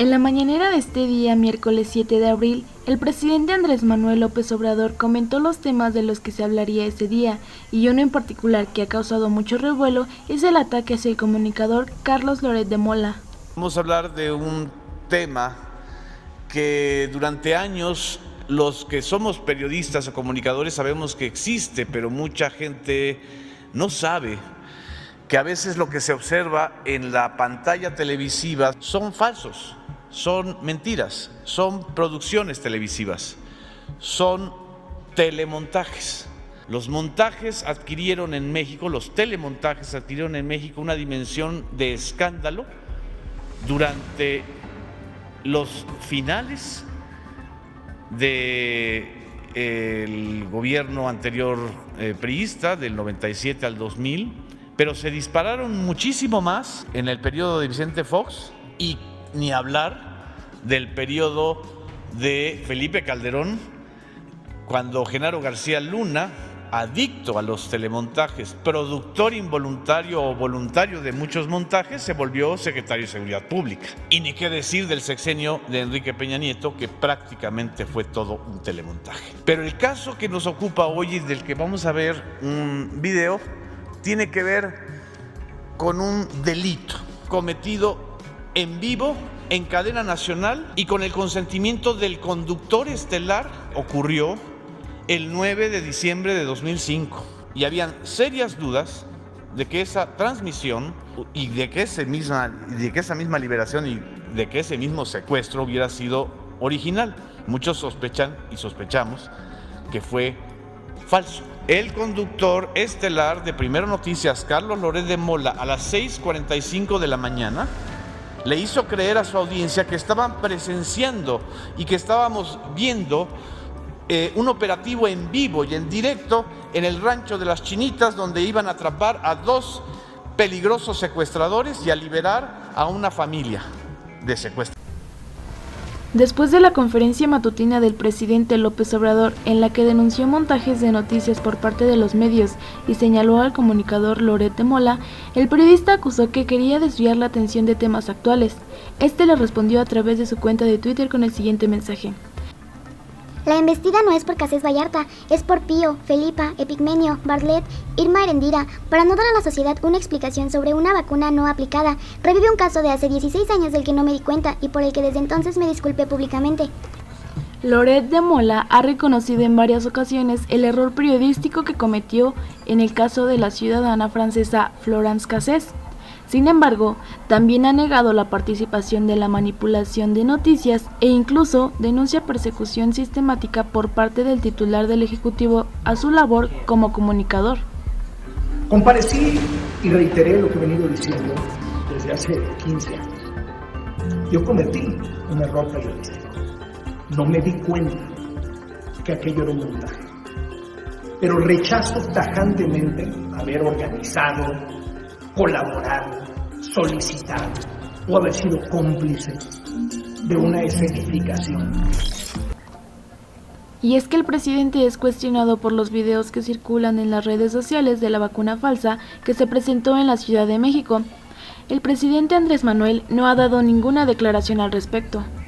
En la mañanera de este día, miércoles 7 de abril, el presidente Andrés Manuel López Obrador comentó los temas de los que se hablaría ese día, y uno en particular que ha causado mucho revuelo es el ataque hacia el comunicador Carlos Loret de Mola. Vamos a hablar de un tema que durante años los que somos periodistas o comunicadores sabemos que existe, pero mucha gente no sabe que a veces lo que se observa en la pantalla televisiva son falsos, son mentiras, son producciones televisivas, son telemontajes. Los montajes adquirieron en México, los telemontajes adquirieron en México una dimensión de escándalo durante los finales del gobierno anterior priista, del 97 al 2000, pero se dispararon muchísimo más en el periodo de Vicente Fox y ni hablar del periodo de Felipe Calderón, cuando Genaro García Luna, adicto a los telemontajes, productor involuntario o voluntario de muchos montajes, se volvió secretario de Seguridad Pública. Y ni qué decir del sexenio de Enrique Peña Nieto, que prácticamente fue todo un telemontaje. Pero el caso que nos ocupa hoy y del que vamos a ver un video tiene que ver con un delito cometido en vivo, en cadena nacional y con el consentimiento del conductor estelar. Ocurrió el 9 de diciembre de 2005 y habían serias dudas de que esa transmisión y de que esa misma liberación y de que ese mismo secuestro hubiera sido original. Muchos sospechan y sospechamos que fue falso. El conductor estelar de Primero Noticias, Carlos Loret de Mola, a las 6:45 de la mañana, le hizo creer a su audiencia que estaban presenciando y que estábamos viendo un operativo en vivo y en directo en el rancho de las Chinitas, donde iban a atrapar a 2 peligrosos secuestradores y a liberar a una familia de secuestradores. Después de la conferencia matutina del presidente López Obrador, en la que denunció montajes de noticias por parte de los medios y señaló al comunicador Loret de Mola, el periodista acusó que quería desviar la atención de temas actuales. Este le respondió a través de su cuenta de Twitter con el siguiente mensaje: La embestida no es por Casés Vallarta, es por Pío, Felipa, Epigmenio, Bartlett, Irma Erendira, para no dar a la sociedad una explicación sobre una vacuna no aplicada. Revive un caso de hace 16 años del que no me di cuenta y por el que desde entonces me disculpé públicamente. Loret de Mola ha reconocido en varias ocasiones el error periodístico que cometió en el caso de la ciudadana francesa Florence Cassés. Sin embargo, también ha negado la participación de la manipulación de noticias e incluso denuncia persecución sistemática por parte del titular del Ejecutivo a su labor como comunicador. Comparecí y reiteré lo que he venido diciendo desde hace 15 años. Yo cometí un error periodístico. No me di cuenta que aquello era un montaje. Pero rechazo tajantemente haber organizado, colaborado, solicitado o haber sido cómplice de una escenificación. Y es que el presidente es cuestionado por los videos que circulan en las redes sociales de la vacuna falsa que se presentó en la Ciudad de México. El presidente Andrés Manuel no ha dado ninguna declaración al respecto.